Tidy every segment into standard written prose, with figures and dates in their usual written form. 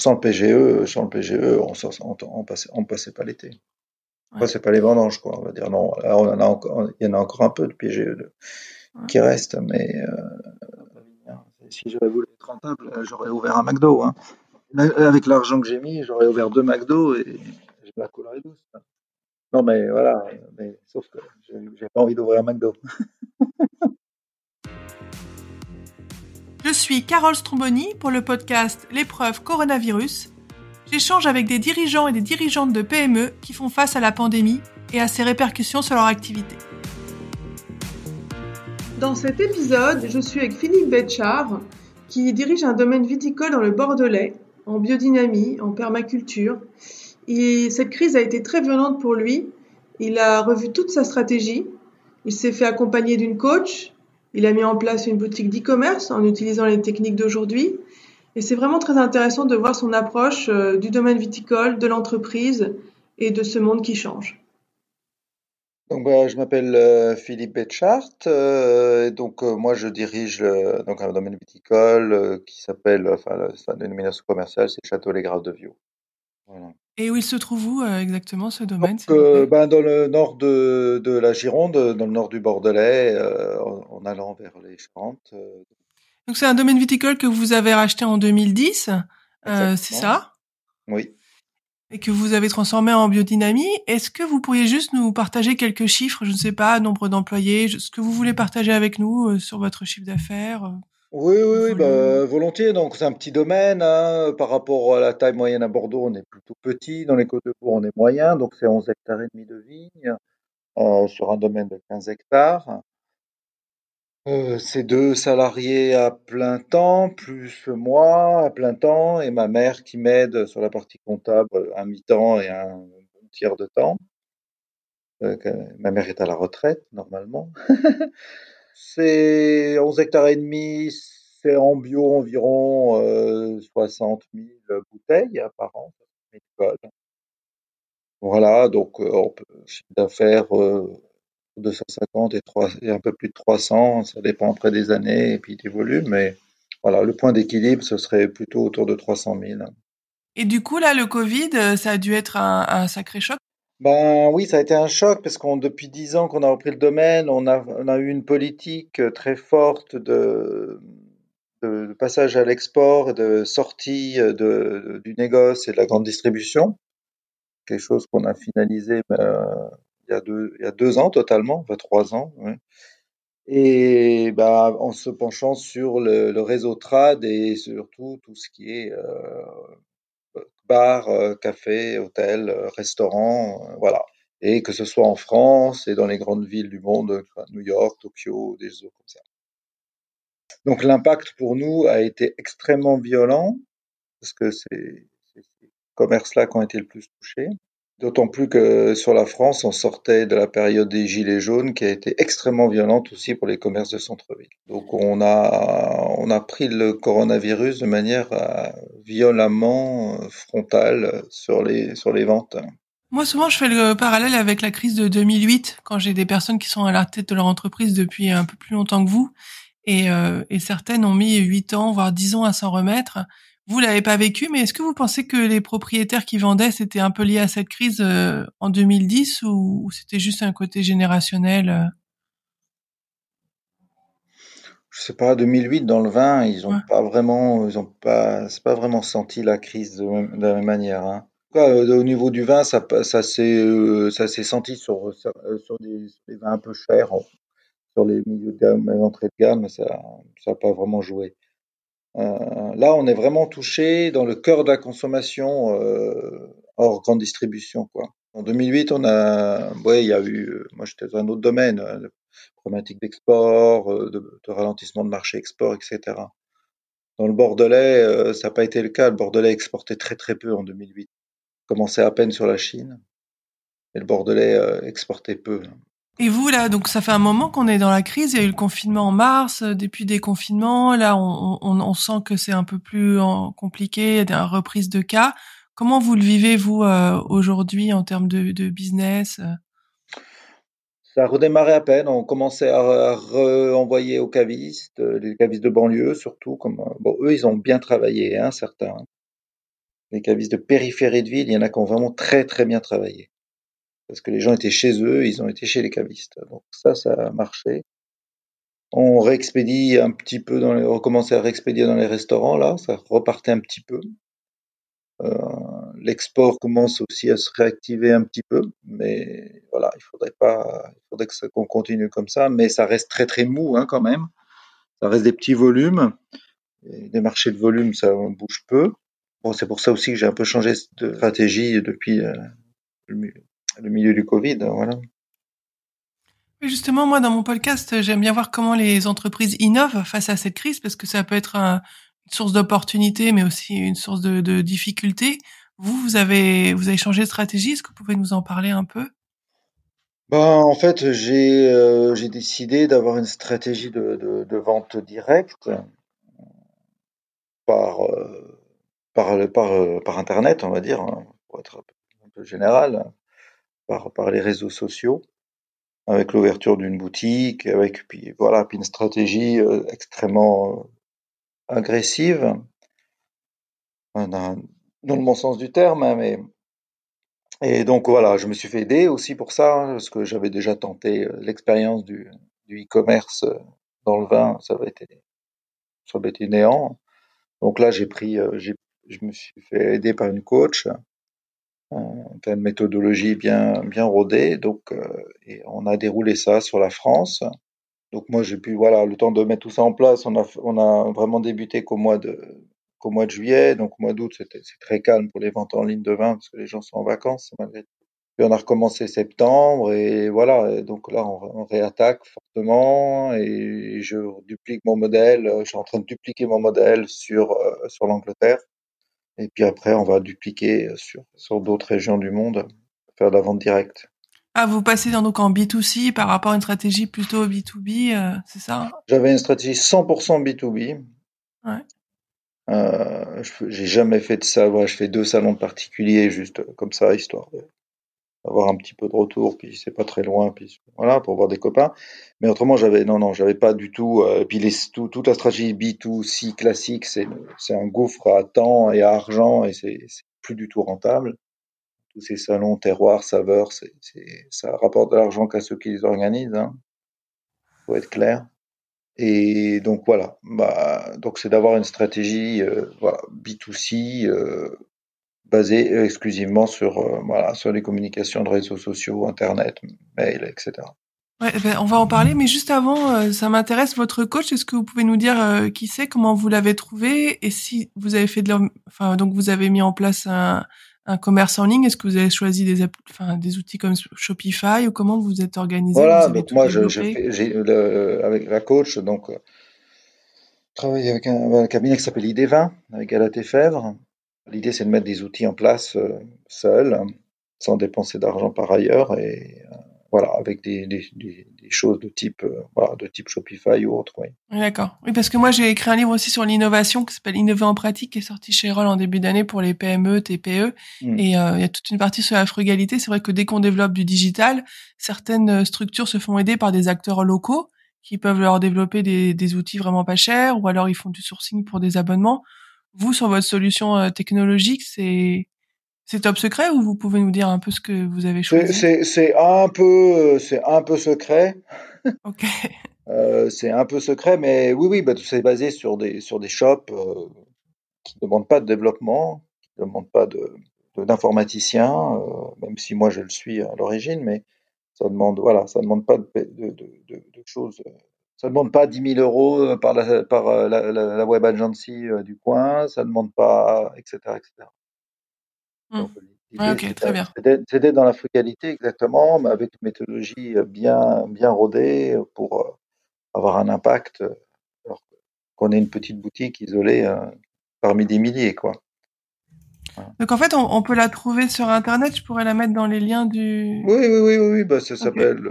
on passait pas l'été. On Ouais, passait pas les vendanges, quoi. On va dire non. Là, il y en a encore un peu de PGE ouais. qui reste, mais si j'avais voulu être rentable, j'aurais ouvert un McDo, hein. Avec l'argent que j'ai mis, j'aurais ouvert 2 McDo et je me la coulerais douce. Non, mais voilà, mais sauf que j'ai pas envie d'ouvrir un McDo. Je suis Carole Stromboni pour le podcast L'épreuve coronavirus. J'échange avec des dirigeants et des dirigeantes de PME qui font face à la pandémie et à ses répercussions sur leur activité. Dans cet épisode, je suis avec Philippe Betchard, qui dirige un domaine viticole dans le Bordelais, en biodynamie, en permaculture. Et cette crise a été très violente pour lui. Il a revu toute sa stratégie. Il s'est fait accompagner d'une coach. Il a mis en place une boutique d'e-commerce en utilisant les techniques d'aujourd'hui. Et c'est vraiment très intéressant de voir son approche du domaine viticole, de l'entreprise et de ce monde qui change. Donc, je m'appelle Philippe Betchart. Et donc, moi, je dirige donc un domaine viticole qui s'appelle, enfin, sa dénomination commerciale, c'est Château Les Graves de Viau. Voilà. Et où il se trouve où exactement ce domaine, s'il vous Donc, plaît? dans le nord de la Gironde, dans le nord du Bordelais, en allant vers les Charentes. Donc c'est un domaine viticole que vous avez racheté en 2010, c'est Exactement. ça? Oui. Et que vous avez transformé en biodynamie. Est-ce que vous pourriez juste nous partager quelques chiffres, je ne sais pas, nombre d'employés, ce que vous voulez partager avec nous sur votre chiffre d'affaires, Oui, oui, le oui, volume? bah, volontiers. Donc, c'est un petit domaine, hein. Par rapport à la taille moyenne à Bordeaux, on est plutôt petit. Dans les Côtes-de-Cour, on est moyen. Donc, c'est 11 hectares et demi de vignes sur un domaine de 15 hectares. C'est 2 salariés à plein temps, plus moi à plein temps, et ma mère qui m'aide sur la partie comptable, un mi-temps et un bon tiers de temps. Ma mère est à la retraite, normalement. C'est 11 hectares et demi, c'est en bio environ 60 000 bouteilles par an. Voilà, donc chiffre d'affaires 250 et un peu plus de 300, ça dépend après des années et puis des volumes, mais voilà, le point d'équilibre, ce serait plutôt autour de 300 000. Et du coup, là, le Covid, ça a dû être un sacré choc. Ben oui, ça a été un choc parce qu'on depuis 10 ans qu'on a repris le domaine, on a eu une politique très forte de passage à l'export, et de sortie du négoce et de la grande distribution, quelque chose qu'on a finalisé il y a 2 ans totalement, enfin 3 ans, ouais. Et bah, en se penchant sur le réseau trad et surtout tout ce qui est bar, café, hôtel, restaurant, voilà. Et que ce soit en France et dans les grandes villes du monde, quoi, New York, Tokyo, des zones comme ça. Donc l'impact pour nous a été extrêmement violent parce que c'est ces commerces-là qui ont été le plus touchés. D'autant plus que sur la France, on sortait de la période des gilets jaunes qui a été extrêmement violente aussi pour les commerces de centre-ville. Donc on a pris le coronavirus de manière violemment frontale sur les ventes. Moi, souvent, je fais le parallèle avec la crise de 2008, quand j'ai des personnes qui sont à la tête de leur entreprise depuis un peu plus longtemps que vous, et certaines ont mis 8 ans, voire 10 ans à s'en remettre. Vous l'avez pas vécu, mais est-ce que vous pensez que les propriétaires qui vendaient, c'était un peu lié à cette crise en 2010 ou c'était juste un côté générationnel Je sais pas, 2008 dans le vin, Ouais. ils ont pas, c'est pas vraiment senti la crise de la même manière, hein. En tout cas, au niveau du vin, ça s'est senti sur des vins un peu chers, sur les milieux de gamme et l'entrée de gamme, ça a pas vraiment joué. Là, on est vraiment touché dans le cœur de la consommation, hors grande distribution, quoi. En 2008, ouais, il y a eu, moi j'étais dans un autre domaine, problématique d'export, de ralentissement de marché export, etc. Dans le Bordelais, ça n'a pas été le cas. Le Bordelais exportait très très peu en 2008. Commençait à peine sur la Chine, et le Bordelais exportait peu. Et vous, là, donc ça fait un moment qu'on est dans la crise. Il y a eu le confinement en mars, depuis déconfinement. Là, on sent que c'est un peu plus compliqué, il y a des reprises de cas. Comment vous le vivez, vous, aujourd'hui, en termes de business Ça a redémarré à peine. On commençait à renvoyer aux cavistes, les cavistes de banlieue surtout. Bon, eux, ils ont bien travaillé, hein, certains. Les cavistes de périphérie de ville, il y en a qui ont vraiment très très bien travaillé. Parce que les gens étaient chez eux, ils ont été chez les cavistes. Donc ça a marché. On réexpédie un petit peu on commençait à réexpédier dans les restaurants, là, ça repartait un petit peu. L'export commence aussi à se réactiver un petit peu, mais voilà, il faudrait qu'on continue comme ça, mais ça reste très très mou, hein, quand même. Ça reste des petits volumes, et des marchés de volume, ça bouge peu. Bon, c'est pour ça aussi que j'ai un peu changé de stratégie depuis le, mi- le milieu du Covid, hein, voilà. Oui, justement, moi, dans mon podcast, j'aime bien voir comment les entreprises innovent face à cette crise, parce que ça peut être une source d'opportunité, mais aussi une source de difficulté. Vous avez changé de stratégie. Est-ce que vous pouvez nous en parler un peu? Ben, en fait, j'ai décidé d'avoir une stratégie de vente directe par, par Internet, on va dire, hein, pour être un peu général, par les réseaux sociaux, avec l'ouverture d'une boutique, avec puis voilà, puis une stratégie extrêmement agressive, hein, dans le bon sens du terme, hein, mais et donc voilà, je me suis fait aider aussi pour ça, hein, parce que j'avais déjà tenté l'expérience du e-commerce dans le vin, ça avait été néant. Donc là, je me suis fait aider par une coach qui a une méthodologie bien rodée. Donc, et on a déroulé ça sur la France. Donc moi, j'ai pu, voilà, le temps de mettre tout ça en place, on a vraiment débuté qu'au mois de juillet. Donc, au mois d'août, c'est très calme pour les ventes en ligne de vin parce que les gens sont en vacances, malgré tout. Puis on a recommencé septembre et voilà. Et donc là, on réattaque fortement et je duplique mon modèle. Je suis en train de dupliquer mon modèle sur l'Angleterre. Et puis après, on va dupliquer sur d'autres régions du monde, faire de la vente directe. Ah, vous passez donc en B2C par rapport à une stratégie plutôt B2B, c'est ça? J'avais une stratégie 100% B2B. Ouais. J'ai jamais fait de ça. Voilà, je fais 2 salons de particuliers, juste comme ça, histoire d'avoir un petit peu de retour, puis c'est pas très loin, puis voilà, pour voir des copains. Mais autrement, non, j'avais pas du tout. Puis toute la stratégie B2C classique, c'est un gouffre à temps et à argent, et c'est plus du tout rentable. Tous ces salons terroirs, saveurs, ça rapporte de l'argent qu'à ceux qui les organisent, hein, faut être clair. Et donc voilà, bah, donc c'est d'avoir une stratégie voilà, B2C basée exclusivement voilà, sur les communications de réseaux sociaux, Internet, mail, etc. Ouais, ben, on va en parler, mais juste avant, ça m'intéresse votre coach. Est-ce que vous pouvez nous dire qui c'est, comment vous l'avez trouvé, et si vous avez fait enfin donc vous avez mis en place un commerce en ligne. Est-ce que vous avez choisi enfin des outils comme Shopify, ou comment vous êtes organisé? Vous Voilà, avez donc tout moi je développé? fais, avec la coach, donc je travaille avec un cabinet qui s'appelle ID20, avec Galate Efèvre. L'idée c'est de mettre des outils en place seul, sans dépenser d'argent par ailleurs, et voilà, avec des choses de type, voilà, de type Shopify ou autre, oui. Oui, d'accord. Oui, parce que moi j'ai écrit un livre aussi sur l'innovation qui s'appelle Innover en pratique, qui est sorti chez Roll en début d'année pour les PME, TPE, Hmm. et il y a toute une partie sur la frugalité. C'est vrai que dès qu'on développe du digital, certaines structures se font aider par des acteurs locaux qui peuvent leur développer des outils vraiment pas chers, ou alors ils font du sourcing pour des abonnements. Vous, sur votre solution technologique, c'est top secret, ou vous pouvez nous dire un peu ce que vous avez choisi? C'est un peu secret. Ok. C'est un peu secret, mais oui, oui, bah, c'est basé sur des shops qui ne demandent pas de développement, qui ne demandent pas d'informaticien, même si moi je le suis à l'origine, mais ça demande, voilà, ça demande pas de choses. Ça demande pas 10 000 € par la web agency du coin, ça demande pas, etc., etc. Hmm. Donc Ouais, l'idée ok, très bien. c'est d'être dans la frugalité exactement, mais avec une méthodologie bien rodée pour avoir un impact, alors qu'on est une petite boutique isolée parmi des milliers, quoi. Voilà. Donc en fait, on peut la trouver sur Internet. Je pourrais la mettre dans les liens du. Oui, bah, ça Ok, s'appelle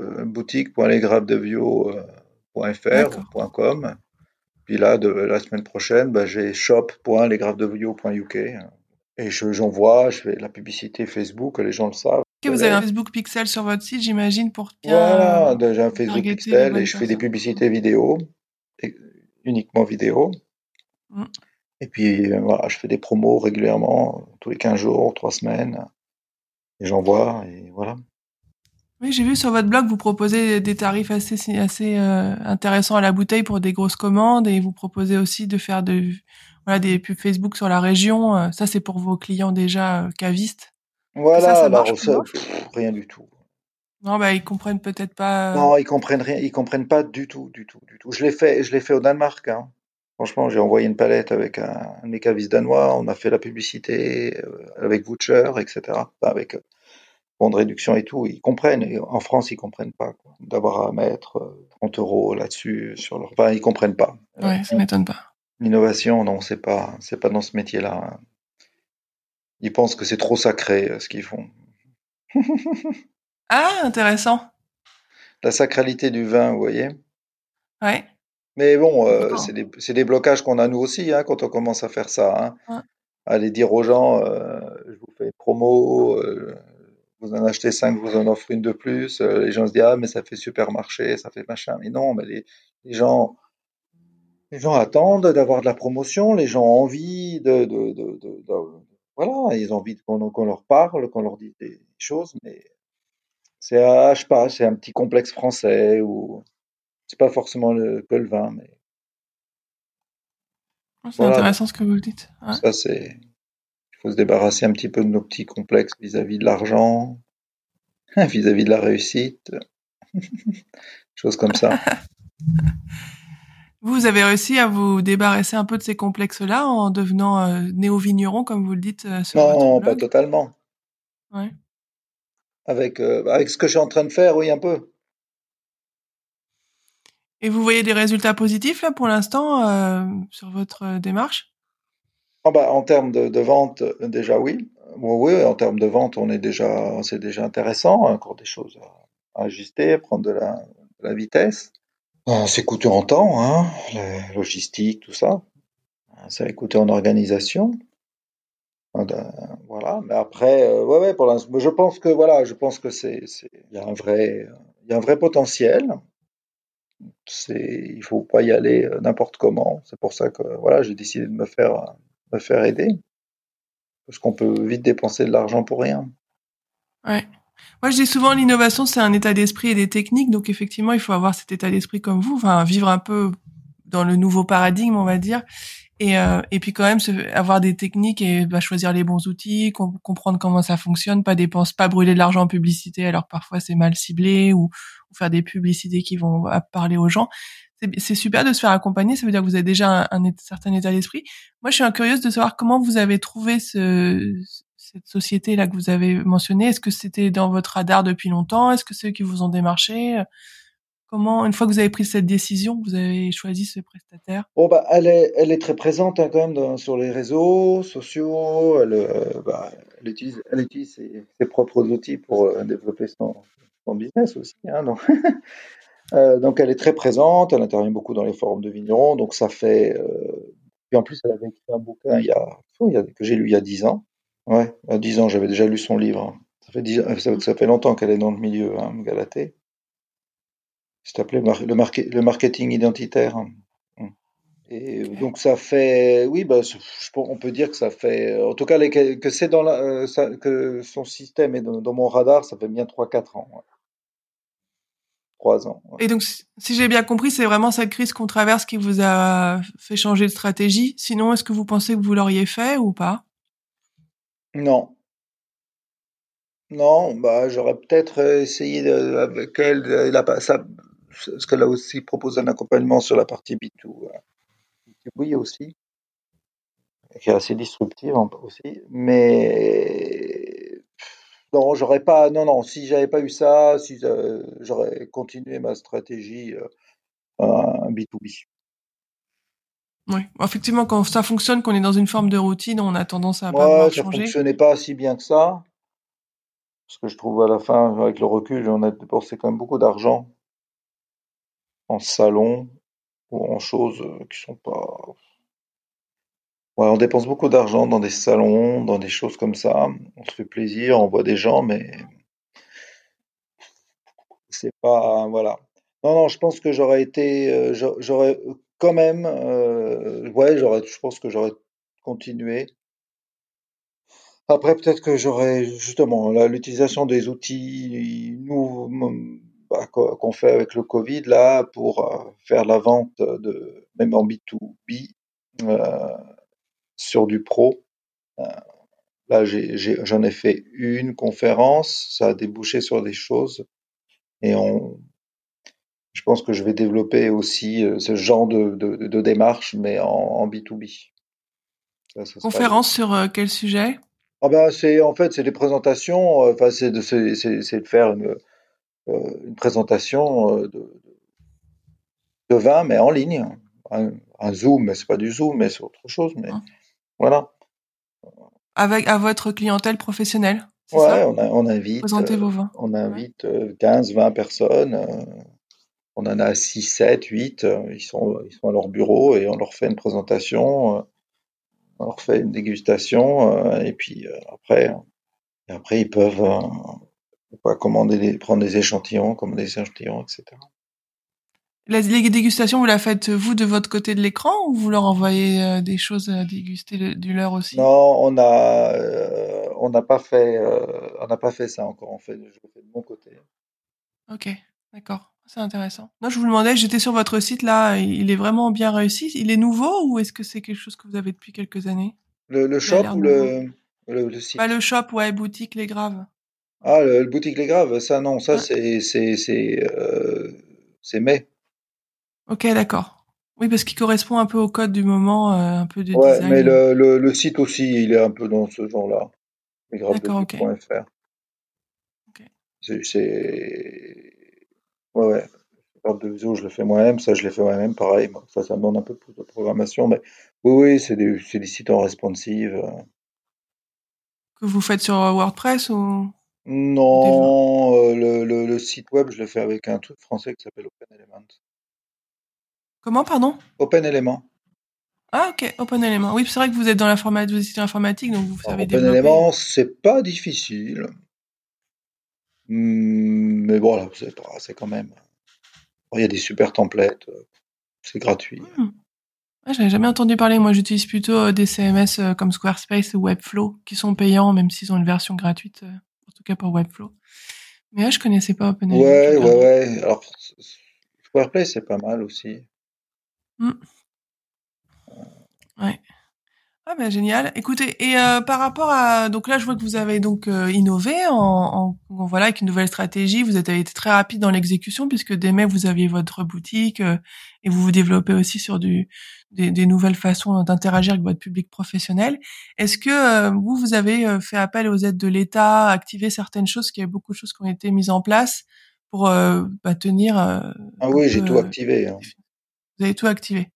boutique.lesgraphes-de-bio.fr ou d'accord. .com. Puis là, de la semaine prochaine, bah, j'ai shop.lesgraphes-de-bio.uk. Et j'envoie, je fais la publicité Facebook, les gens le savent. Ok, vous avez un Facebook Pixel sur votre site, j'imagine, pour Voilà, bien j'ai un Facebook targeter les Pixel et bonnes je fais des personnes. publicités vidéo, et uniquement vidéo. Mm. Et puis voilà, je fais des promos régulièrement, tous les 15 jours, 3 semaines, et j'envoie, et voilà. Oui, j'ai vu sur votre blog, vous proposez des tarifs assez intéressants à la bouteille pour des grosses commandes et vous proposez aussi de faire voilà, des pubs Facebook sur la région. Ça, c'est pour vos clients déjà cavistes. Est-ce que Voilà, ça marche alors comme ça, offre? rien du tout. Non, bah, ils comprennent peut-être pas. Non, ils comprennent rien, ils comprennent pas du tout, du tout, du tout. Je l'ai fait au Danemark, hein. Franchement, j'ai envoyé une palette avec un de mes cavistes danois, on a fait la publicité avec Voucher, etc. Enfin, avec bon de réduction et tout. Ils comprennent. Et en France, ils comprennent pas, quoi. D'avoir à mettre 30 euros là-dessus sur leur. Enfin, ils comprennent pas. Ouais, ça m'étonne pas. L'innovation, non, c'est pas dans ce métier-là, hein. Ils pensent que c'est trop sacré ce qu'ils font. Ah, intéressant. La sacralité du vin, vous voyez. Ouais. Mais bon, Et c'est pourtant. des blocages qu'on a nous aussi, hein, quand on commence à faire ça, hein. Ouais. Aller dire aux gens, je vous fais une promo, vous en achetez 5, je vous en offre une de plus. Les gens se disent, ah, mais ça fait supermarché, ça fait machin. Mais non, mais les gens, les gens attendent d'avoir de la promotion, les gens ont envie voilà, ils ont envie qu'on leur parle, qu'on leur dise des choses, mais je sais pas, c'est un petit complexe français ou c'est pas forcément que le vin, mais Ouais, c'est voilà, donc intéressant ce que vous dites. Ouais. ça c'est, il faut se débarrasser un petit peu de nos petits complexes vis-à-vis de l'argent, vis-à-vis de la réussite, choses comme ça. Vous avez réussi à vous débarrasser un peu de ces complexes-là en devenant néo-vigneron, comme vous le dites sur votre Non, pas blog. totalement. Ouais. Avec ce que je suis en train de faire, oui, un peu. Et vous voyez des résultats positifs là pour l'instant sur votre démarche? Ah bah, en termes de vente, déjà oui. Oui, oui, en termes de vente, c'est déjà intéressant. Encore des choses à ajuster, prendre de la vitesse. C'est coûteux en temps, hein, la logistique, tout ça. Ça va coûter en organisation. Voilà. Mais après, ouais, ouais, pour l'instant, je pense que voilà, je pense que il y a un vrai potentiel. Il faut pas y aller n'importe comment. C'est pour ça que voilà, j'ai décidé de me faire aider. Parce qu'on peut vite dépenser de l'argent pour rien. Ouais. Moi, je dis souvent l'innovation, c'est un état d'esprit et des techniques. Donc, effectivement, il faut avoir cet état d'esprit comme vous, enfin, vivre un peu dans le nouveau paradigme, on va dire. Et puis quand même avoir des techniques et bah, choisir les bons outils, comprendre comment ça fonctionne, pas brûler de l'argent en publicité alors que parfois c'est mal ciblé ou faire des publicités qui vont parler aux gens. C'est super de se faire accompagner, ça veut dire que vous avez déjà un certain état d'esprit. Moi, je suis curieuse de savoir comment vous avez trouvé cette société là que vous avez mentionnée. Est-ce que c'était dans votre radar depuis longtemps? Est-ce que c'est eux qui vous ont démarché? Comment, une fois que vous avez pris cette décision, vous avez choisi ce prestataire? Bon, bah, elle est très présente, hein, quand même sur les réseaux sociaux. Elle utilise ses propres outils pour développer son business aussi, hein, donc elle est très présente. Elle intervient beaucoup dans les forums de vignerons. Donc ça fait. Puis en plus, elle avait écrit un bouquin que j'ai lu il y a 10 ans. Ouais, il y a 10 ans, j'avais déjà lu son livre. Ça fait longtemps qu'elle est dans le milieu, hein, Galatée. Ça s'appelait le marketing identitaire. Et Ok. donc ça fait, oui, bah, on peut dire que ça fait, en tout cas, que c'est que son système est dans mon radar, ça fait bien 3 4 ans, ouais. 3 ans, ouais. Et donc, si j'ai bien compris, c'est vraiment cette crise qu'on traverse qui vous a fait changer de stratégie. Sinon, est-ce que vous pensez que vous l'auriez fait ou pas? Non, non, bah, j'aurais peut-être essayé avec elle, parce qu'elle a aussi proposé un accompagnement sur la partie B2, oui aussi, qui est assez disruptive aussi, mais non, j'aurais pas, non, non, si j'avais pas eu ça, si j'aurais continué ma stratégie B2B. Oui. Effectivement, quand ça fonctionne, qu'on est dans une forme de routine, on a tendance à pas Moi, vouloir ça changer. fonctionnait pas si bien que ça, parce que je trouve à la fin, avec le recul, on a dépensé quand même beaucoup d'argent en salon ou en choses qui sont pas. Ouais, on dépense beaucoup d'argent dans des salons, dans des choses comme ça. On se fait plaisir, on voit des gens, mais c'est pas, voilà. Non, non, je pense que j'aurais été, j'aurais quand même, ouais, je pense que j'aurais continuer. Après, peut-être que j'aurais justement l'utilisation des outils qu'on fait avec le Covid là pour faire la vente de même en B2B euh, sur du pro. Euh, Là, j'en ai fait une conférence, ça a débouché sur des choses et je pense que je vais développer aussi ce genre de démarche, mais en B2B. Ça, ce sera Conférence sur quel sujet? Ah ben, c'est en fait c'est des présentations. Enfin, c'est de faire une présentation de vin, mais en ligne. Un Zoom, mais c'est pas du Zoom, mais c'est autre chose. Mais Hein. voilà. Avec à votre clientèle professionnelle, c'est Ouais, ça? on invite, Présenter vos vins. on Ouais. invite 15, 20 personnes. On en a 6, 7, 8. Ils sont à leur bureau et on leur fait une présentation, on leur fait une dégustation, et puis après ils peuvent pas prendre des échantillons, commander des échantillons, etc. Les dégustations, vous la faites vous de votre côté de l'écran ou vous leur envoyez des choses à déguster du leur aussi? Non, on n'a pas fait ça encore. Je le fais de mon côté. Ok, d'accord, c'est intéressant. Non, je vous demandais, j'étais sur votre site là, il est vraiment bien réussi. Il est nouveau ou est-ce que c'est quelque chose que vous avez depuis quelques années? Le Il a shop l'air ou nouveau. le Pas site? le shop, ouais, boutique Les Graves. Ouais. Ah, le boutique Les Graves, ça non, ça Ouais. c'est mai. Ok, d'accord. Oui, parce qu'il correspond un peu au code du moment, un peu de Ouais, mais design. le site aussi, il est un peu dans ce genre-là. D'accord, ok. Lesgravesdeduc.fr. Ok. C'est, ouais, ouais. Carte de visio, je le fais moi-même. Ça, je l'ai fait moi-même. Pareil. Bon, ça me demande un peu plus de programmation, mais oui, oui, c'est des sites en responsive. Que vous faites sur WordPress ou des vins. Non, le site web, je l'ai fait avec un truc français qui s'appelle OpenElement. Comment, pardon? OpenElement. Ah, ok, OpenElement. Oui, c'est vrai que vous êtes dans l'informatique, vous étudiez l'informatique, donc vous Alors, savez développer. OpenElement, c'est pas difficile, mais voilà, c'est quand même. Bon, il y a des super templates, c'est gratuit. Hmm. Ah, j'avais jamais entendu parler. Moi, j'utilise plutôt des CMS comme Squarespace ou Webflow, qui sont payants, même s'ils ont une version gratuite, en tout cas pour Webflow. Mais là, je connaissais pas OpenElement, je Ouais, ouais, regarderai. ouais. Alors, SquarePlay, c'est pas mal aussi. Hmm. Ouais. Ah bah génial. Écoutez, et par rapport à donc là je vois que vous avez donc innové voilà avec une nouvelle stratégie. Vous avez été très rapide dans l'exécution puisque dès mai vous aviez votre boutique et vous vous développez aussi sur des nouvelles façons d'interagir avec votre public professionnel. Est-ce que vous avez fait appel aux aides de l'État, activé certaines choses, parce qu'il y a beaucoup de choses qui ont été mises en place pour tenir Ah un oui, peu. j'ai tout activé, hein. Vous avez tout activé.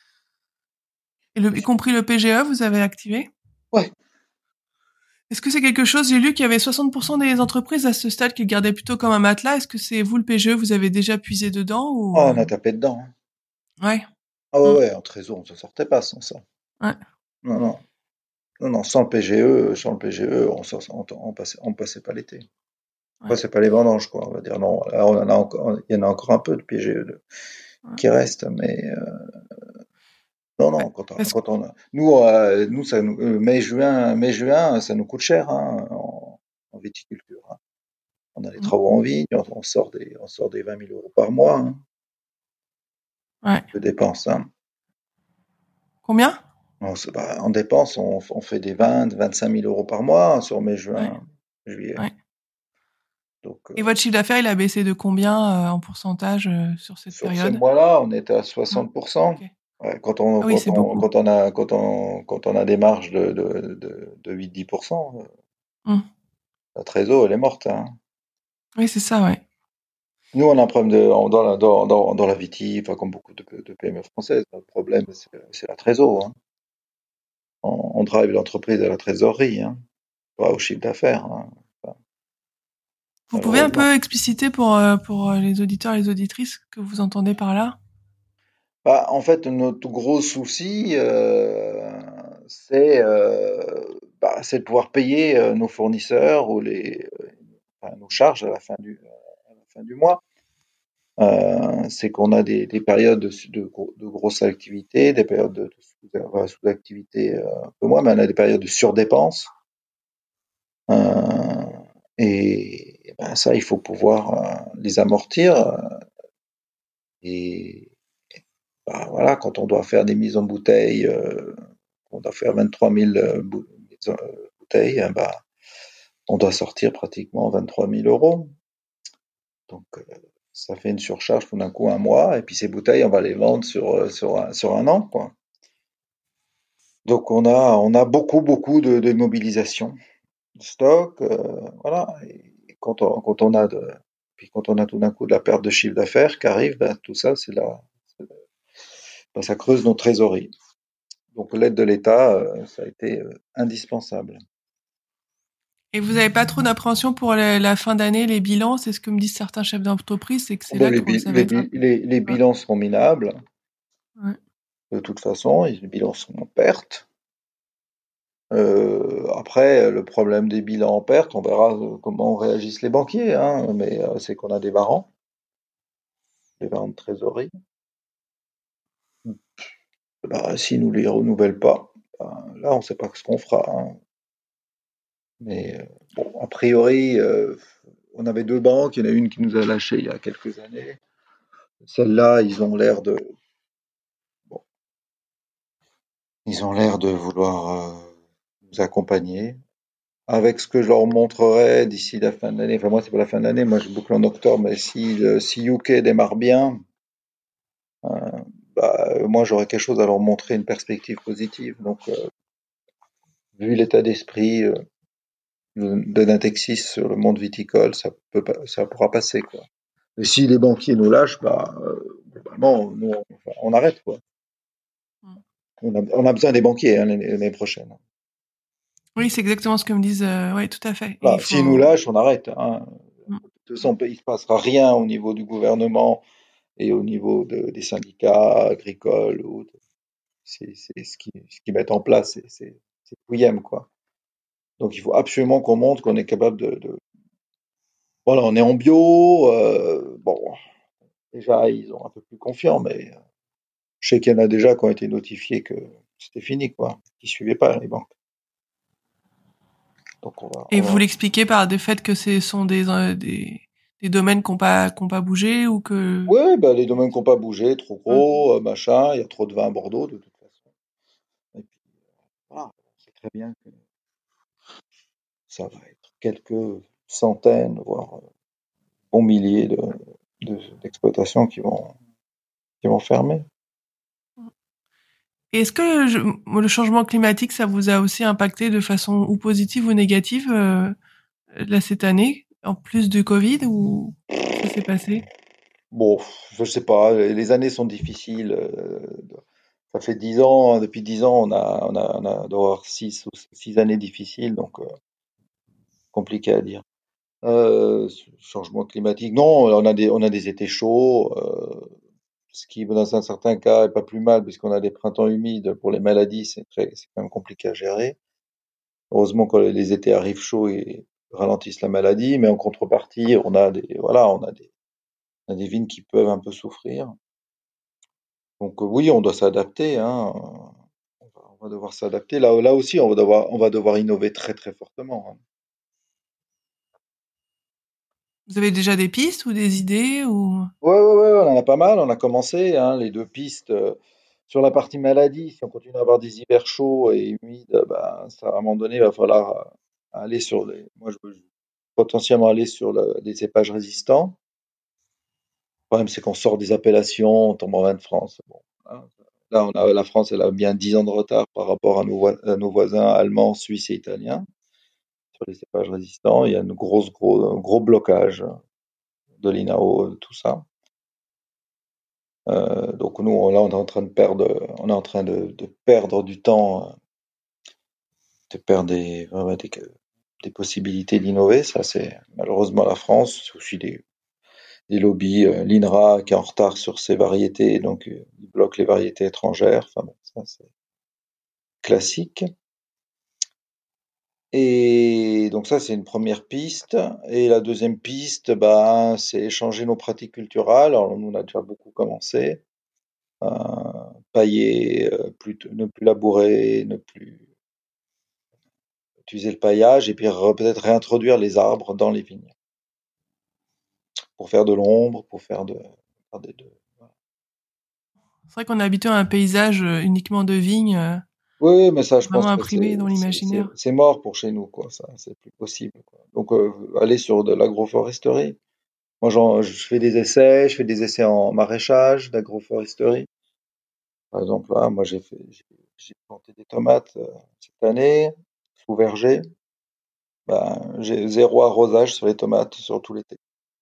Et y compris le PGE, vous avez activé? Ouais. Est-ce que c'est quelque chose, j'ai lu qu'il y avait 60% des entreprises à ce stade qui le gardaient plutôt comme un matelas. Est-ce que c'est vous, le PGE, vous avez déjà puisé dedans ou Ah, on a tapé dedans, hein. Ouais. Ah ouais, Mm. ouais, en trésor, on ne sortait pas sans ça. Ouais. Non, non, non, non, sans le PGE, on passait pas l'été. On Ouais. passait pas les vendanges, quoi. On va dire non. Là, il y en a encore un peu de PGE Ouais. qui reste, mais non, Ouais. non. Parce que, Nous, mai, juin, ça nous coûte cher, hein, en viticulture, hein. On a les mm. travaux en vigne, on sort des 20 000 euros par mois, hein, Ouais. de dépenses, hein. Combien? En dépenses, on fait des 25 000 euros par mois sur mai, Ouais. juin, juillet. Ouais. Donc, Et votre chiffre d'affaires, il a baissé de combien en pourcentage sur cette sur ces période? mois-là, on était à Mm. 60%. Ok. Ouais, Ah oui, c'est beaucoup. quand on a des marges de 8-10%, Mm. la trésor, elle est morte, hein. Oui, c'est ça, ouais. Nous, on a un problème dans la viti, enfin, comme beaucoup de PME françaises. Le problème, c'est la trésor, hein. On drive l'entreprise à la trésorerie, hein, pas au chiffre d'affaires, hein, enfin, Vous pouvez un malheureusement. peu expliciter pour les auditeurs et les auditrices que vous entendez par là? Bah, en fait, notre gros souci, c'est c'est de pouvoir payer nos fournisseurs ou enfin, nos charges à la fin du mois. C'est qu'on a des périodes de grosse activité, des périodes sous-activité un peu moins, mais on a des périodes de surdépenses. Euh, et ben ça, il faut pouvoir les amortir. Et ben voilà, quand on doit faire des mises en bouteille, on doit faire 23 000 bouteilles, ben, on doit sortir pratiquement 23 000 euros. Donc, ça fait une surcharge tout d'un coup un mois, et puis ces bouteilles, on va les vendre sur un an, quoi. Donc, on a beaucoup de mobilisation de stock, voilà. Et quand on a tout d'un coup de la perte de chiffre d'affaires qui arrive, ben, tout ça, ben, ça creuse nos trésoreries. Donc, l'aide de l'État, ça a été indispensable. Et vous n'avez pas trop d'appréhension pour la fin d'année, les bilans? C'est ce que me disent certains chefs d'entreprise, c'est que c'est Bon, là que ça va être un peu... les Ouais. bilans seront minables, Ouais. de toute façon, les bilans seront en perte. Après, le problème des bilans en perte, on verra comment réagissent les banquiers, hein, mais c'est qu'on a des varants de trésorerie. Bah, s'ils nous les renouvellent pas, ben, là, on ne sait pas ce qu'on fera, hein. Mais bon, a priori, on avait deux banques, il y en a une qui nous a lâchés il y a quelques années. Celles-là, bon, ils ont l'air de vouloir nous accompagner. Avec ce que je leur montrerai d'ici la fin de l'année, enfin moi c'est pas la fin de l'année, moi je boucle en octobre, mais si UK démarre bien, bah, moi j'aurai quelque chose à leur montrer, une perspective positive. Donc vu l'état d'esprit de Natexis sur le monde viticole, ça pourra passer, quoi. Et si les banquiers nous lâchent, bah globalement nous on arrête, quoi. Mm. On a besoin des banquiers, hein, l'année prochaine. Oui, c'est exactement ce que me disent. Oui, tout à fait. Et il Voilà, s'ils nous faut. lâchent, on arrête, hein. Mm. De toute façon, il se passera rien au niveau du gouvernement et au niveau des syndicats agricoles. C'est ce qu'ils mettent en place, c'est pouillème, quoi. Donc il faut absolument qu'on montre qu'on est capable voilà, on est en bio. Bon, déjà ils ont un peu plus confiants, mais je sais qu'il y en a déjà qui ont été notifiés que c'était fini, quoi, qui suivaient pas les banques. Donc Et vous l'expliquez par des faits que ce sont des domaines qui ont pas bougé ou que. ouais, bah, les domaines qui n'ont pas bougé, trop Mm. gros, machin, il y a trop de vin à Bordeaux de toute façon. Et puis voilà, on sait très bien que ça va être quelques centaines, voire bons milliers d'exploitations qui vont fermer. Et est-ce que le changement climatique, ça vous a aussi impacté de façon ou positive ou négative là cette année, en plus du Covid, ou comment ça s'est passé? Bon, je sais pas, les années sont difficiles. Ça fait 10 ans, depuis 10 ans, on doit avoir six années difficiles, donc compliqué à dire. Changement climatique, non, on a des étés chauds, ce qui, dans un certain cas, est pas plus mal, puisqu'on a des printemps humides. Pour les maladies, c'est quand même compliqué à gérer. Heureusement que les étés arrivent chauds et ralentissent la maladie, mais en contrepartie, voilà, on a des vignes qui peuvent un peu souffrir. Donc oui, on doit s'adapter, hein. On va devoir s'adapter. Là aussi, on va devoir innover très très fortement, hein. Vous avez déjà des pistes ou des idées ou... Ouais, on en a pas mal. On a commencé, hein, les deux pistes sur la partie maladie. Si on continue à avoir des hivers chauds et humides, ben, ça, à un moment donné, il va falloir aller sur moi, je veux potentiellement aller sur des cépages résistants. Le problème, c'est qu'on sort des appellations, on tombe en vin de France. Bon, hein. Là, la France, elle a bien 10 ans de retard par rapport à nos voisins allemands, suisses et italiens sur les cépages résistants. Il y a un gros blocage de l'INAO, tout ça. Donc nous, là, on est en train de perdre du temps, de perdre des possibilités d'innover. Ça, c'est malheureusement la France. C'est aussi des lobbies, l'INRA qui est en retard sur ses variétés, donc il bloque les variétés étrangères. Enfin bon, ça c'est classique. Et donc ça, c'est une première piste. Et la deuxième piste, ben, c'est changer nos pratiques culturelles. Alors, nous, on a déjà beaucoup commencé. Euh, Pailler, ne plus labourer, ne plus utiliser le paillage, et puis peut-être réintroduire les arbres dans les vignes pour faire de l'ombre, pour faire voilà. C'est vrai qu'on est habitué à un paysage uniquement de vignes, Oui, mais ça, je pense vraiment que imprimé dans l'imaginaire. c'est mort pour chez nous, quoi. Ça, c'est plus possible, quoi. Donc, aller sur de l'agroforesterie. Moi, je fais des essais, je fais des essais en maraîchage, d'agroforesterie. Par exemple, là, moi, j'ai planté des tomates cette année, sous verger. Ben, j'ai zéro arrosage sur les tomates sur tout l'été.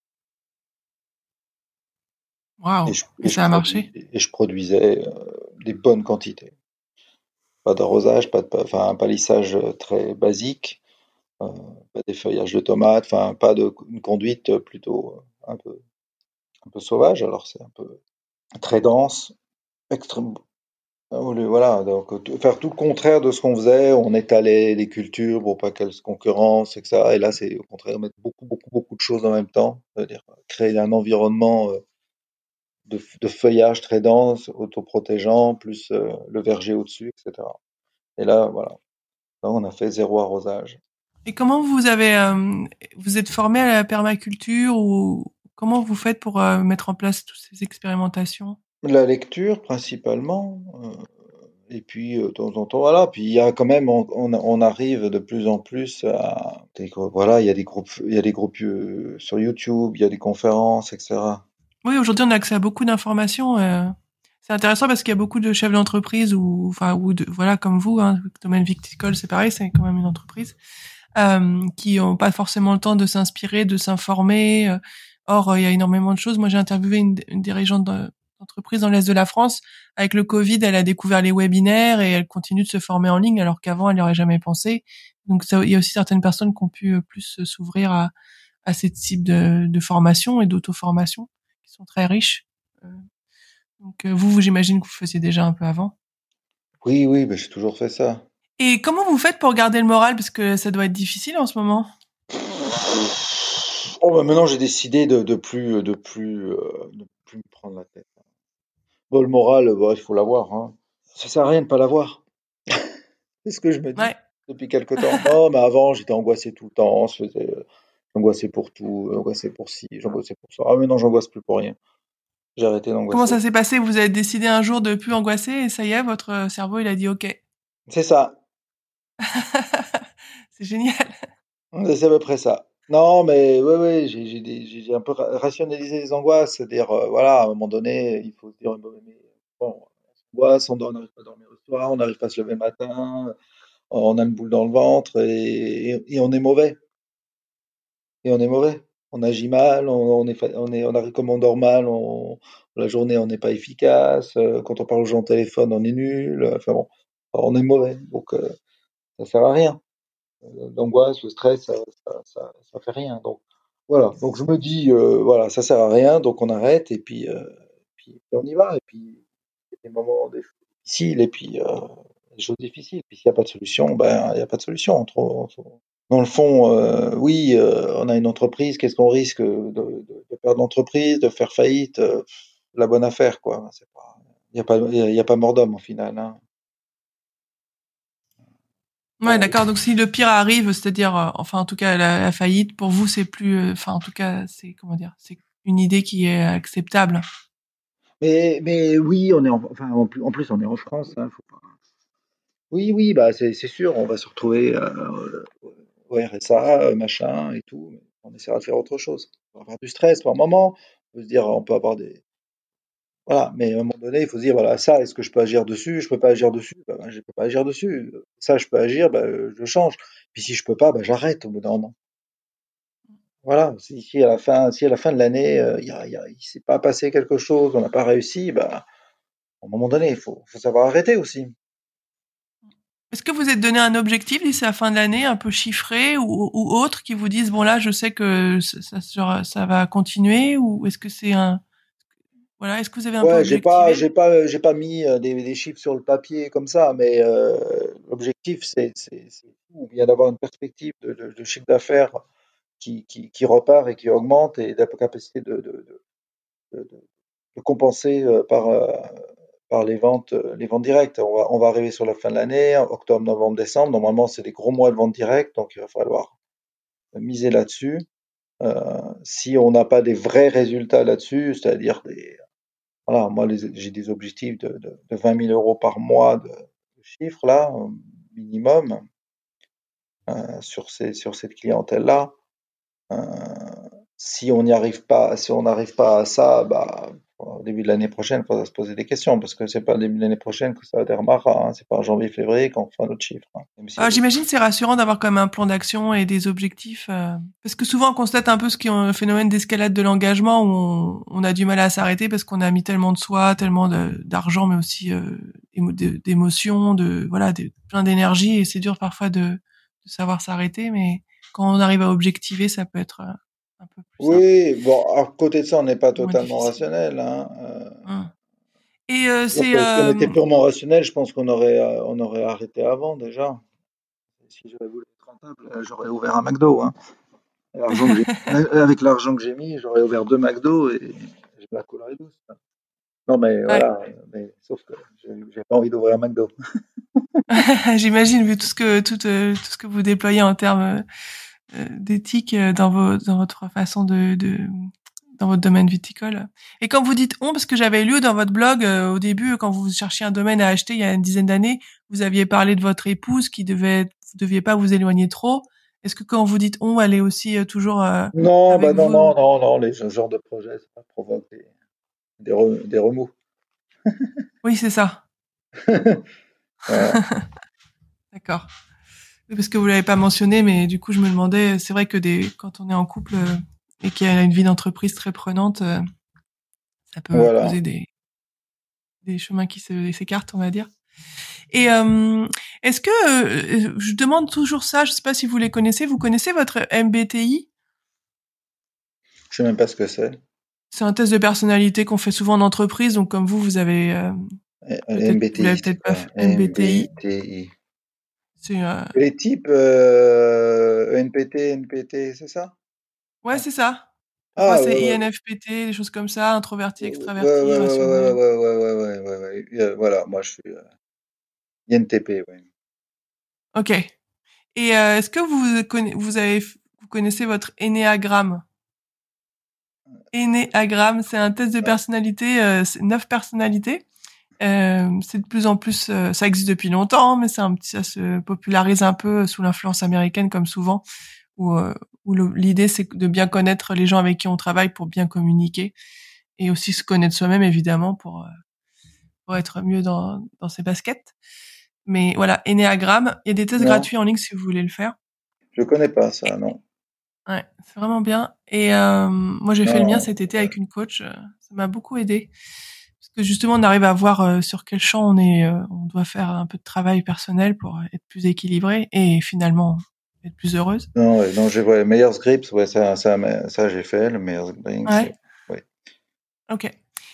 Waouh! Et ça a marché? Et je produisais des bonnes quantités. Pas d'arrosage, enfin, un palissage très basique, euh, pas d'effeuillage de tomates, enfin, pas de une conduite plutôt un peu sauvage. Alors, c'est un peu très dense, extrême. Voilà, donc faire tout le contraire de ce qu'on faisait, on étalait les cultures pour pas qu'elles se concurrencent, etc. Et là, c'est au contraire mettre beaucoup de choses en même temps, c'est-à-dire créer un environnement de feuillage très dense, autoprotégeant, plus le verger au-dessus, etc. Et là, voilà, là, on a fait zéro arrosage. Et comment vous êtes formé à la permaculture ou comment vous faites pour mettre en place toutes ces expérimentations? La lecture principalement, et puis de temps en temps, voilà. Puis il y a quand même, on arrive de plus en plus à, voilà, il y a des groupes sur YouTube, il y a des conférences, etc. Oui, aujourd'hui, on a accès à beaucoup d'informations. C'est intéressant parce qu'il y a beaucoup de chefs d'entreprise voilà, comme vous, hein, le domaine viticole, c'est pareil, c'est quand même une entreprise, qui ont pas forcément le temps de s'inspirer, de s'informer. Or, il y a énormément de choses. Moi, j'ai interviewé une dirigeante d'entreprise dans l'Est de la France. Avec le Covid, elle a découvert les webinaires et elle continue de se former en ligne alors qu'avant, elle n'y aurait jamais pensé. Donc, il y a aussi certaines personnes qui ont pu plus s'ouvrir à ces types de formation et d'auto-formation qui sont très riches. Euh, donc, j'imagine que vous faisiez déjà un peu avant. Oui, oui, ben, j'ai toujours fait ça. Et comment vous faites pour garder le moral? Parce que ça doit être difficile en ce moment. Oh, ben, maintenant, j'ai décidé de plus me prendre la tête. Bon, le moral, bon, il faut l'avoir, hein. Ça sert à rien de pas l'avoir. C'est ce que je me dis Ouais. depuis quelque temps. Non, mais avant, j'étais angoissé tout le temps. J'angoissais pour tout, j'angoissais pour ci, j'angoissais pour ça. Ah, mais non, j'angoisse plus pour rien. J'ai arrêté Comment d'angoisser. ça s'est passé? Vous avez décidé un jour de plus angoisser et ça y est, votre cerveau, il a dit OK. C'est ça. C'est génial. C'est à peu près ça. Non, mais ouais, ouais, j'ai un peu rationalisé les angoisses. C'est-à-dire, voilà, à un moment donné, il faut se dire, bon, mais bon, on s'angoisse, on n'arrive pas à dormir le soir, on n'arrive pas à se lever le matin, on a une boule dans le ventre et on est mauvais. Et on est mauvais. On agit mal, on arrive comme on dort mal, la journée on n'est pas efficace, quand on parle aux gens au téléphone on est nul, enfin bon, on est mauvais, donc ça sert à rien. L'angoisse, le stress, ça fait rien. Donc voilà, donc je me dis, voilà, ça sert à rien, donc on arrête puis on y va. Et puis il y a des moments, des choses difficiles, et puis des choses difficiles. Puis s'il n'y a pas de solution, ben il n'y a pas de solution. Dans le fond, oui, on a une entreprise, qu'est-ce qu'on risque de perdre l'entreprise, de faire faillite, la bonne affaire, quoi. C'est pas, il y a pas mort d'homme au final, hein. Ouais, Bon, d'accord. Donc, si le pire arrive, c'est-à-dire, enfin, en tout cas, la faillite, pour vous, c'est plus, enfin, en tout cas, c'est, comment dire, c'est une idée qui est acceptable. mais oui, enfin, en plus, on est en France, hein, faut pas. Oui, oui, bah c'est sûr, on va se retrouver au RSA, machin et tout. Mais on essaiera de faire autre chose. On va avoir du stress par moment. On peut se dire, on peut avoir des, voilà, mais à un moment donné, il faut se dire, voilà, ça, est-ce que je peux agir dessus? Je peux pas agir dessus, ben, je peux pas agir dessus. Ça, je peux agir, ben, je change. Puis si je peux pas, ben, j'arrête au bout d'un moment. Voilà, si à la fin de l'année, il s'est pas passé quelque chose, on n'a pas réussi, ben, à un moment donné, faut savoir arrêter aussi. Est-ce que vous êtes donné un objectif d'ici la fin de l'année, un peu chiffré ou autre, qui vous disent, bon, là, je sais que ça va continuer, ou est-ce que c'est un, Voilà, est-ce que vous avez un peu Ouais, objectivé? j'ai pas mis des chiffres sur le papier comme ça, mais l'objectif, c'est bien d'avoir une perspective de chiffre d'affaires qui repart et qui augmente et de la capacité de, de- de compenser par les ventes directes. On va arriver sur la fin de l'année, octobre, novembre, décembre. Normalement, c'est des gros mois de vente directe, donc il va falloir miser là-dessus. Si on n'a pas des vrais résultats là-dessus, c'est-à-dire voilà, moi j'ai des objectifs de 20 000 euros par mois de chiffre là, minimum, sur cette clientèle-là. Euh, Si on n'y arrive pas, si on n'arrive pas à ça, bah, au début de l'année prochaine, il faudra se poser des questions parce que c'est pas le début de l'année prochaine que ça démarrera, hein. C'est pas en janvier, février qu'on fera notre chiffre, hein. Même s'il y a Ah, des... j'imagine que c'est rassurant d'avoir quand même un plan d'action et des objectifs, parce que souvent on constate un peu ce qui est un phénomène d'escalade de l'engagement où on a du mal à s'arrêter parce qu'on a mis tellement de soi, tellement d'argent, mais aussi d'émotions, voilà, plein d'énergie et c'est dur parfois de savoir s'arrêter, mais quand on arrive à objectiver, ça peut être un peu plus simple, Oui, bon, à côté de ça, on n'est pas moins totalement difficile. rationnel, hein. Hum. Et C'est-à-dire c'est que si on était purement rationnel, je pense on aurait arrêté avant déjà. Si j'avais voulu être rentable, j'aurais ouvert un McDo, hein. Avec l'argent que j'ai mis, j'aurais ouvert deux McDo et j'ai la coulerais douce. Non, mais ouais. voilà, mais sauf que j'ai pas envie d'ouvrir un McDo. J'imagine vu tout ce que vous déployez en termes d'éthique dans votre façon dans votre domaine viticole. Et quand vous dites on, parce que j'avais lu dans votre blog au début, quand vous cherchiez un domaine à acheter il y a une dizaine d'années, vous aviez parlé de votre épouse qui vous deviez pas vous éloigner trop. Est-ce que quand vous dites on, elle est aussi toujours Non, bah avec non, vous? non, non, non, ce genre de projet, ça provoque des remous. Oui, c'est ça. Voilà. D'accord. Oui, parce que vous l'avez pas mentionné, mais du coup, je me demandais, c'est vrai que quand on est en couple et qu'il y a une vie d'entreprise très prenante, ça peut Voilà. poser des chemins qui s'écartent, on va dire. Et est-ce que je demande toujours ça, je sais pas si vous les connaissez, vous connaissez votre MBTI? Je sais même pas ce que c'est. C'est un test de personnalité qu'on fait souvent en entreprise, donc comme vous avez peut-être vous l'avez MBTI, c'est peut-être pas quoi? fait. MBTI, MBTI. c'est Les types ENPT, NPT, c'est ça? ouais, c'est ça. Parfois Ah, c'est ouais, ouais. INFPT, des choses comme ça, introverti, Ouais, extraverti, ouais, ouais, ouais, ouais, rationnel. ouais, ouais, ouais, ouais, ouais, ouais. Voilà, moi je suis INTP, ouais. Ok. Et est-ce que vous connaissez votre énéagramme? Énéagramme, c'est un test de personnalité, c'est 9 personnalités. C'est de plus en plus, ça existe depuis longtemps, mais ça se popularise un peu sous l'influence américaine, comme souvent, où, l'idée c'est de bien connaître les gens avec qui on travaille pour bien communiquer et aussi se connaître soi-même évidemment pour être mieux dans ses baskets. Mais voilà, Enneagramme, il y a des tests Non, gratuits en ligne si vous voulez le faire. je connais pas ça, Et- non. ouais, c'est vraiment bien. Et moi j'ai fait le mien Non, cet été avec une coach, ça m'a beaucoup aidé. Parce que justement, on arrive à voir sur quel champ on doit faire un peu de travail personnel pour être plus équilibré et finalement être plus heureuse. non, ouais, non, j'ai ouais, Myers Grips, ouais, ça j'ai fait, le Myers Briggs, Ouais, ouais. ok.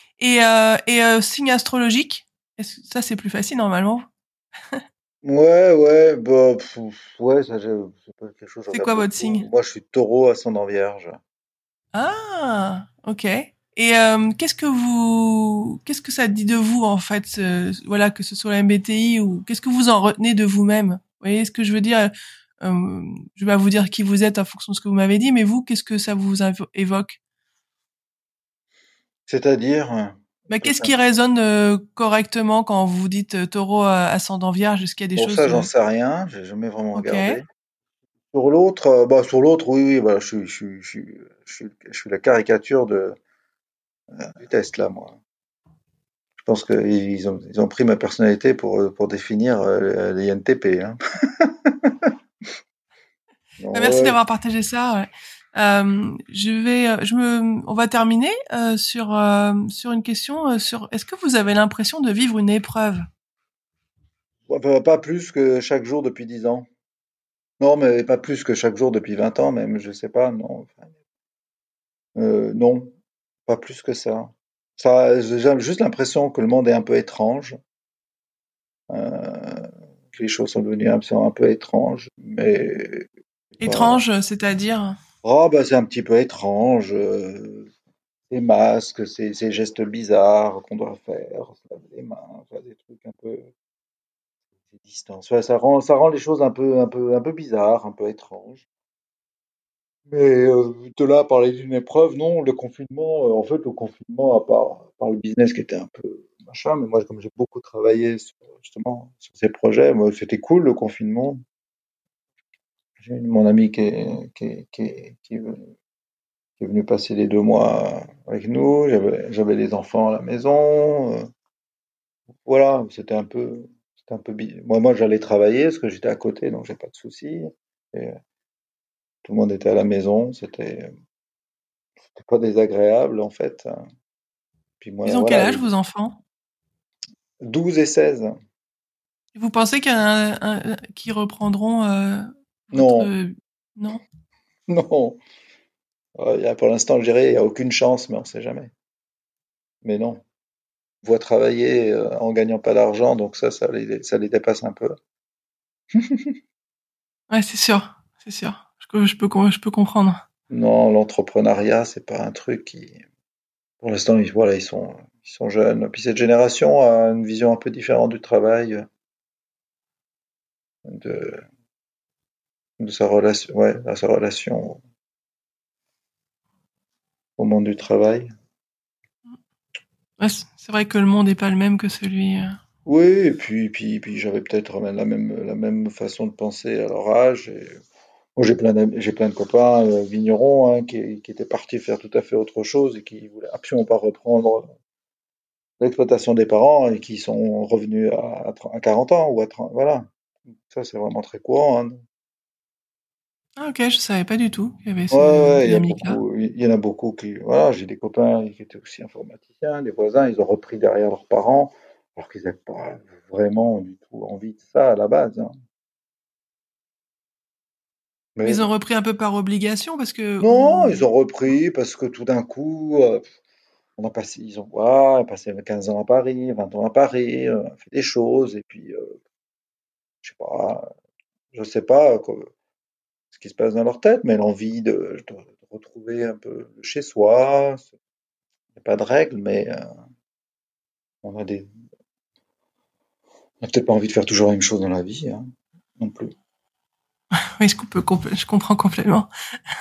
Et signe astrologique, ça c'est plus facile normalement. Ouais, ouais, bah, ouais, c'est pas quelque chose que je C'est regarde quoi votre beaucoup. signe? Moi, je suis taureau ascendant vierge. Ah, ok. Et qu'est-ce que ça dit de vous en fait, voilà, que ce soit la MBTI ou qu'est-ce que vous en retenez de vous-même? Vous voyez ce que je veux dire? Je vais pas vous dire qui vous êtes en fonction de ce que vous m'avez dit, mais vous, qu'est-ce que ça vous évoque? C'est-à-dire, Bah, qu'est-ce total- qui résonne correctement quand vous dites taureau ascendant vierge? Est-ce qu'il y a des bon, ça, choses j'en sais rien, j'ai jamais vraiment ok, regardé. Sur l'autre, oui, oui, bah, je suis la caricature du test, là, moi. Je pense ils ont pris ma personnalité pour définir les INTP, hein. bah, Non, merci ouais, d'avoir partagé ça. Ouais. On va terminer sur une question sur. Est-ce que vous avez l'impression de vivre une épreuve? ouais, pas plus que chaque jour depuis 10 ans. Non, mais pas plus que chaque jour depuis 20 ans, même, je sais pas, non. Enfin, non, pas plus que ça. J'ai juste l'impression que le monde est un peu étrange, que les choses sont devenues un peu étranges, mais pas. Étrange, c'est-à-dire? Oh, bah, c'est un petit peu étrange, ces masques, ces gestes bizarres qu'on doit faire, se laver les mains, faire des trucs un peu, ces distances. Ouais, ça rend les choses un peu bizarres, un peu étranges. Mais de là à parler d'une épreuve, non, le confinement, en fait, le confinement, à part le business qui était un peu machin, mais moi, comme j'ai beaucoup travaillé sur, justement sur ces projets, moi, c'était cool le confinement. J'ai mon ami qui est venu passer les 2 mois avec nous, j'avais les enfants à la maison, voilà, c'était un peu, moi, j'allais travailler parce que j'étais à côté, donc j'ai pas de soucis. Et tout le monde était à la maison, c'était pas désagréable en fait. Puis moi, Ils ont quel voilà, âge, vos enfants? 12 et 16. Et vous pensez qu'ils reprendront votre... Non, Non? non. Pour l'instant, je dirais, il n'y a aucune chance, mais on sait jamais. Mais non. On voit travailler en gagnant pas d'argent, donc ça les dépasse un peu. Ouais, c'est sûr, c'est sûr. Je peux comprendre. Non, l'entrepreneuriat, c'est pas un truc qui, pour l'instant, voilà, ils sont jeunes. Puis cette génération a une vision un peu différente du travail, de, de sa relation, ouais, à sa relation au monde du travail. Ouais, c'est vrai que le monde n'est pas le même que celui... Oui, et puis j'avais peut-être la même façon de penser à leur âge. Et moi, j'ai plein de copains vignerons hein, qui étaient partis faire tout à fait autre chose et qui voulaient absolument pas reprendre l'exploitation des parents et qui sont revenus à 40 ans ou à 30, voilà. Ça, c'est vraiment très courant. Hein. Ah ok, je savais pas du tout qu'il y avait Ouais, ce ouais, dynamique-là. il y en a beaucoup qui, voilà, j'ai des copains qui étaient aussi informaticiens, des voisins, ils ont repris derrière leurs parents, alors qu'ils n'avaient pas vraiment du tout envie de ça à la base. Hein. Mais Mais ils ont bon. repris un peu par obligation parce que... Non, ils Ou... ont Non. repris parce que tout d'un coup, ils ont ouais, passé 15 ans à Paris, 20 ans à Paris, fait des choses, et puis, je sais pas, je sais pas ce qui se passe dans leur tête, mais l'envie de retrouver un peu le chez soi, il n'y a pas de règles, mais on a on a peut-être pas envie de faire toujours la même chose dans la vie, hein, non plus. Oui, je comprends complètement.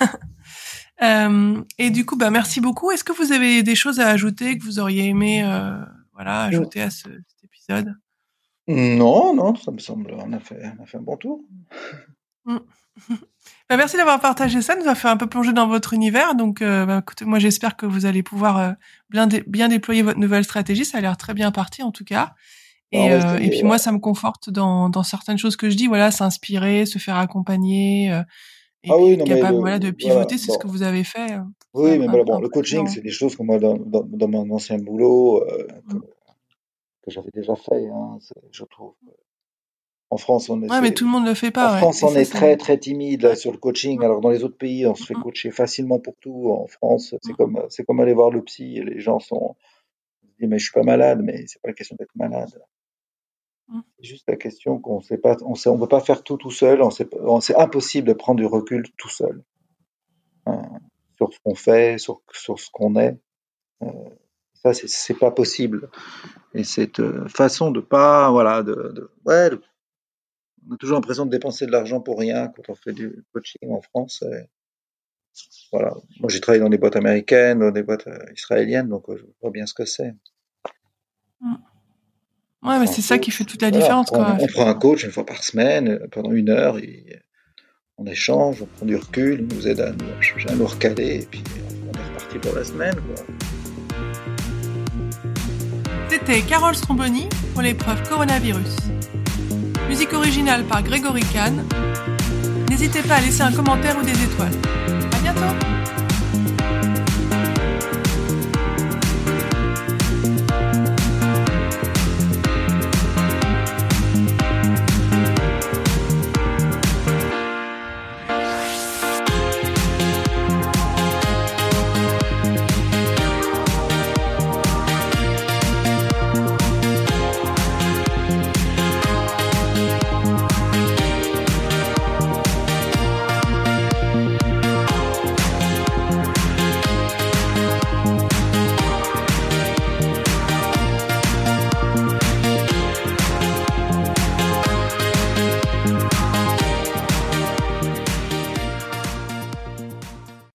Et du coup, bah, merci beaucoup. Est-ce que vous avez des choses à ajouter que vous auriez aimé voilà, ajouter à cet épisode? Non, non, ça me semble, on a fait un bon tour. Mm. Bah, merci d'avoir partagé ça, nous a fait un peu plonger dans votre univers. Donc, bah, écoutez, moi, j'espère que vous allez pouvoir bien déployer votre nouvelle stratégie. Ça a l'air très bien parti, en tout cas. Bah, on va Et essayer, puis moi, ça me conforte dans certaines choses que je dis. Voilà, s'inspirer, se faire accompagner, et ah puis oui, être non, mais capable, voilà, de voilà, pivoter. C'est ce bon. que vous avez fait. C'est Oui, mais voilà, bon, le coaching, impressionnant. c'est des choses que moi, dans mon ancien boulot, Mm. que j'avais déjà fait, hein, je trouve. En France, Ouais, mais tout le monde le fait en pas, ouais. France, Et on ça, est c'est... très très timide là, Ouais. sur le coaching. Mm, Alors dans les autres pays, on se fait mm, coacher facilement pour tout. En France, mm, c'est comme aller voir le psy. Et les gens on se dit mais je suis pas malade, mais c'est pas la question d'être malade. mm. C'est juste la question qu'on sait pas, on peut pas faire tout seul. C'est impossible de prendre du recul tout seul hein, sur ce qu'on fait, sur ce qu'on est. Euh, Ça, c'est pas possible. Et cette façon de pas, voilà, ouais, on a toujours l'impression de dépenser de l'argent pour rien quand on fait du coaching en France. Voilà. Moi, j'ai travaillé dans des boîtes américaines, dans des boîtes israéliennes, donc je vois bien ce que c'est. Mm. On Ouais, mais prend un c'est ça qui fait coach, toute la voilà, différence, quoi, on prend un effectivement. coach une fois par semaine, pendant 1 heure, on échange, on prend du recul, il nous aide à nous recaler, et puis on est reparti pour la semaine, quoi. C'était Carole Stromboni pour l'épreuve coronavirus. Musique originale par Grégory Kahn. N'hésitez pas à laisser un commentaire ou des étoiles. À bientôt!